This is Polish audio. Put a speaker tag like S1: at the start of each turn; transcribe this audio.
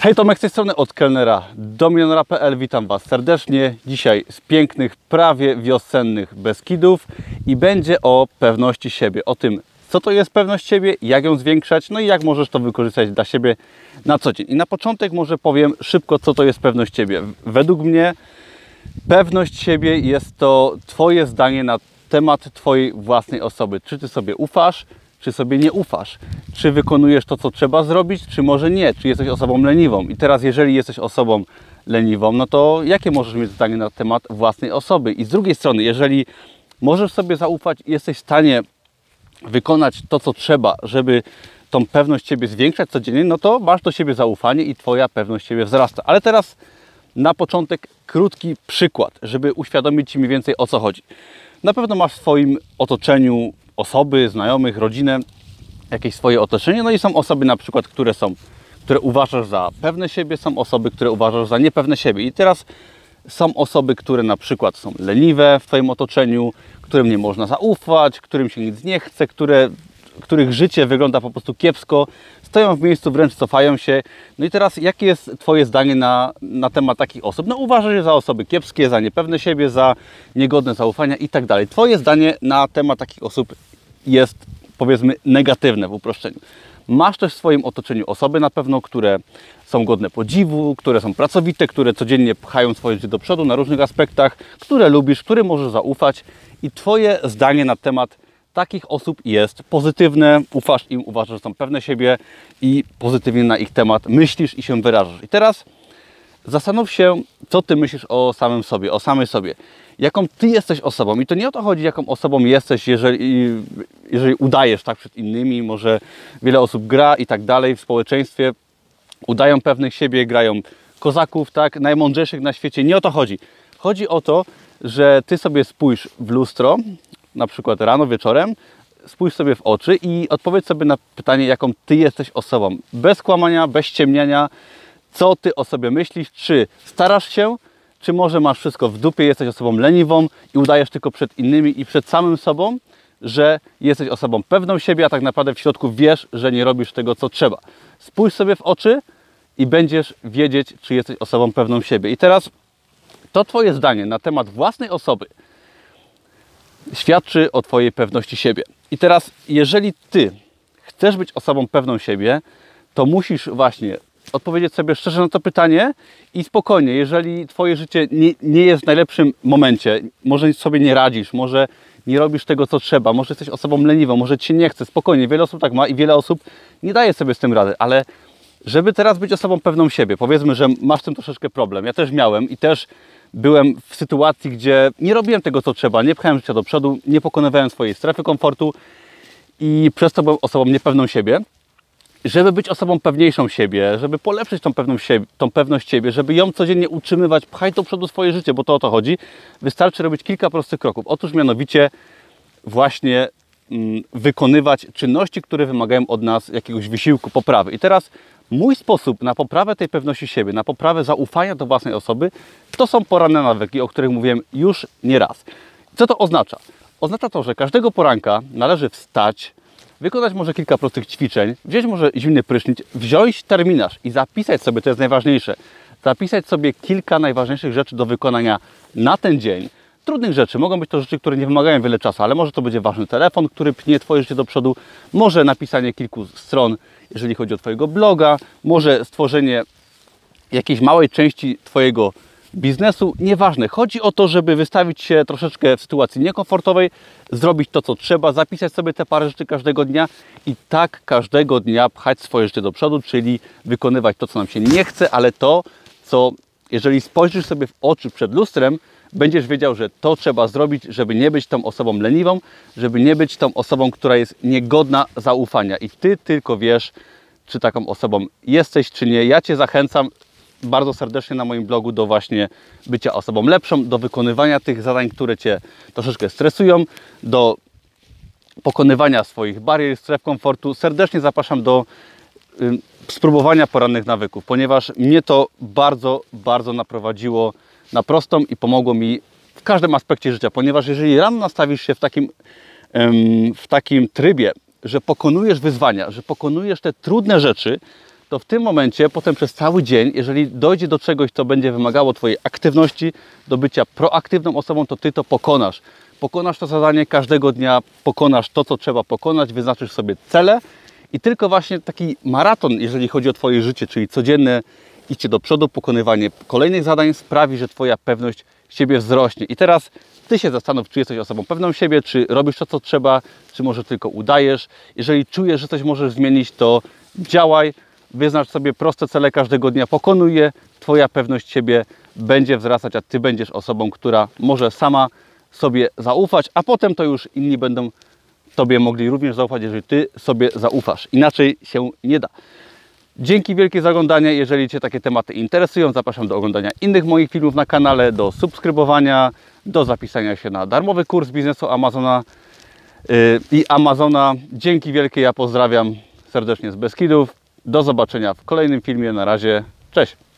S1: Hej, Tomek z tej strony od kelnera do milionera.pl. Witam Was serdecznie. Dzisiaj z pięknych, prawie wiosennych Beskidów i będzie o pewności siebie, o tym, co to jest pewność siebie, jak ją zwiększać, no i jak możesz to wykorzystać dla siebie na co dzień. I na początek może powiem szybko, co to jest pewność siebie. Według mnie pewność siebie jest to Twoje zdanie na temat Twojej własnej osoby. Czy Ty sobie ufasz, czy sobie nie ufasz? Czy wykonujesz to, co trzeba zrobić, czy może nie? Czy jesteś osobą leniwą? I teraz, jeżeli jesteś osobą leniwą, no to jakie możesz mieć zdanie na temat własnej osoby? I z drugiej strony, jeżeli możesz sobie zaufać i jesteś w stanie wykonać to, co trzeba, żeby tą pewność siebie zwiększać codziennie, no to masz do siebie zaufanie i Twoja pewność siebie wzrasta. Ale teraz na początek krótki przykład, żeby uświadomić Ci mniej więcej, o co chodzi. Na pewno masz w swoim otoczeniu osoby, znajomych, rodzinę, jakieś swoje otoczenie, no i są osoby na przykład, które uważasz za pewne siebie, są osoby, które uważasz za niepewne siebie. I teraz są osoby, które na przykład są leniwe w Twoim otoczeniu, którym nie można zaufać, którym się nic nie chce, których życie wygląda po prostu kiepsko, stoją w miejscu, wręcz cofają się. No i teraz jakie jest Twoje zdanie na temat takich osób? No uważasz je za osoby kiepskie, za niepewne siebie, za niegodne zaufania i tak dalej. Twoje zdanie na temat takich osób jest, powiedzmy, negatywne w uproszczeniu. Masz też w swoim otoczeniu osoby na pewno, które są godne podziwu, które są pracowite, które codziennie pchają swoje życie do przodu na różnych aspektach, które lubisz, którym możesz zaufać i Twoje zdanie na temat takich osób jest pozytywne, ufasz im, uważasz, że są pewne siebie i pozytywnie na ich temat myślisz i się wyrażasz. I teraz zastanów się, co Ty myślisz o samym sobie, o samej sobie. Jaką Ty jesteś osobą. I to nie o to chodzi, jaką osobą jesteś, jeżeli udajesz tak przed innymi. Może wiele osób gra i tak dalej w społeczeństwie. Udają pewnych siebie, grają kozaków, tak, najmądrzejszych na świecie. Nie o to chodzi. Chodzi o to, że Ty sobie spójrz w lustro, na przykład rano, wieczorem, spójrz sobie w oczy i odpowiedz sobie na pytanie, jaką Ty jesteś osobą. Bez kłamania, bez ściemniania. Co Ty o sobie myślisz? Czy starasz się? Czy może masz wszystko w dupie, jesteś osobą leniwą i udajesz tylko przed innymi i przed samym sobą, że jesteś osobą pewną siebie, a tak naprawdę w środku wiesz, że nie robisz tego, co trzeba. Spójrz sobie w oczy i będziesz wiedzieć, czy jesteś osobą pewną siebie. I teraz to Twoje zdanie na temat własnej osoby świadczy o Twojej pewności siebie. I teraz, jeżeli Ty chcesz być osobą pewną siebie, to musisz właśnie odpowiedzieć sobie szczerze na to pytanie i spokojnie, jeżeli Twoje życie nie jest w najlepszym momencie, może sobie nie radzisz, może nie robisz tego, co trzeba, może jesteś osobą leniwą, może Ci się nie chce, spokojnie, wiele osób tak ma i wiele osób nie daje sobie z tym rady, ale żeby teraz być osobą pewną siebie, powiedzmy, że masz z tym troszeczkę problem, ja też miałem i też byłem w sytuacji, gdzie nie robiłem tego, co trzeba, nie pchałem życia do przodu, nie pokonywałem swojej strefy komfortu i przez to byłem osobą niepewną siebie. Żeby być osobą pewniejszą siebie, żeby polepszyć tą pewność siebie, żeby ją codziennie utrzymywać, pchać do przodu swoje życie, bo to o to chodzi, wystarczy robić kilka prostych kroków. Otóż mianowicie właśnie wykonywać czynności, które wymagają od nas jakiegoś wysiłku, poprawy. I teraz mój sposób na poprawę tej pewności siebie, na poprawę zaufania do własnej osoby, to są poranne nawyki, o których mówiłem już nieraz. Co to oznacza? Oznacza to, że każdego poranka należy wstać, wykonać może kilka prostych ćwiczeń, wziąć może zimny prysznic, wziąć terminarz i zapisać sobie, to jest najważniejsze, zapisać sobie kilka najważniejszych rzeczy do wykonania na ten dzień. Trudnych rzeczy, mogą być to rzeczy, które nie wymagają wiele czasu, ale może to będzie ważny telefon, który pchnie Twoje życie do przodu, może napisanie kilku stron, jeżeli chodzi o Twojego bloga, może stworzenie jakiejś małej części Twojego biznesu, nieważne. Chodzi o to, żeby wystawić się troszeczkę w sytuacji niekomfortowej, zrobić to, co trzeba, zapisać sobie te parę rzeczy każdego dnia i tak każdego dnia pchać swoje życie do przodu, czyli wykonywać to, co nam się nie chce, ale to, co jeżeli spojrzysz sobie w oczy przed lustrem, będziesz wiedział, że to trzeba zrobić, żeby nie być tą osobą leniwą, żeby nie być tą osobą, która jest niegodna zaufania. I Ty tylko wiesz, czy taką osobą jesteś, czy nie. Ja Cię zachęcam bardzo serdecznie na moim blogu do właśnie bycia osobą lepszą, do wykonywania tych zadań, które Cię troszeczkę stresują, do pokonywania swoich barier, stref komfortu. Serdecznie zapraszam do spróbowania porannych nawyków, ponieważ mnie to bardzo, bardzo naprowadziło na prostą i pomogło mi w każdym aspekcie życia, ponieważ jeżeli rano nastawisz się w takim trybie, że pokonujesz wyzwania, że pokonujesz te trudne rzeczy, to w tym momencie, potem przez cały dzień, jeżeli dojdzie do czegoś, co będzie wymagało Twojej aktywności, do bycia proaktywną osobą, to Ty to pokonasz. Pokonasz to zadanie każdego dnia, pokonasz to, co trzeba pokonać, wyznaczysz sobie cele i tylko właśnie taki maraton, jeżeli chodzi o Twoje życie, czyli codzienne idźcie do przodu, pokonywanie kolejnych zadań sprawi, że Twoja pewność siebie wzrośnie. I teraz Ty się zastanów, czy jesteś osobą pewną siebie, czy robisz to, co trzeba, czy może tylko udajesz. Jeżeli czujesz, że coś możesz zmienić, to działaj, wyznacz sobie proste cele każdego dnia, pokonuj je, Twoja pewność siebie będzie wzrastać, a Ty będziesz osobą, która może sama sobie zaufać, a potem to już inni będą Tobie mogli również zaufać, jeżeli Ty sobie zaufasz. Inaczej się nie da. Dzięki wielkie za oglądanie. Jeżeli Cię takie tematy interesują, zapraszam do oglądania innych moich filmów na kanale, do subskrybowania, do zapisania się na darmowy kurs biznesu Amazona i Amazona. Dzięki wielkie, ja pozdrawiam serdecznie z Beskidów. Do zobaczenia w kolejnym filmie. Na razie, cześć!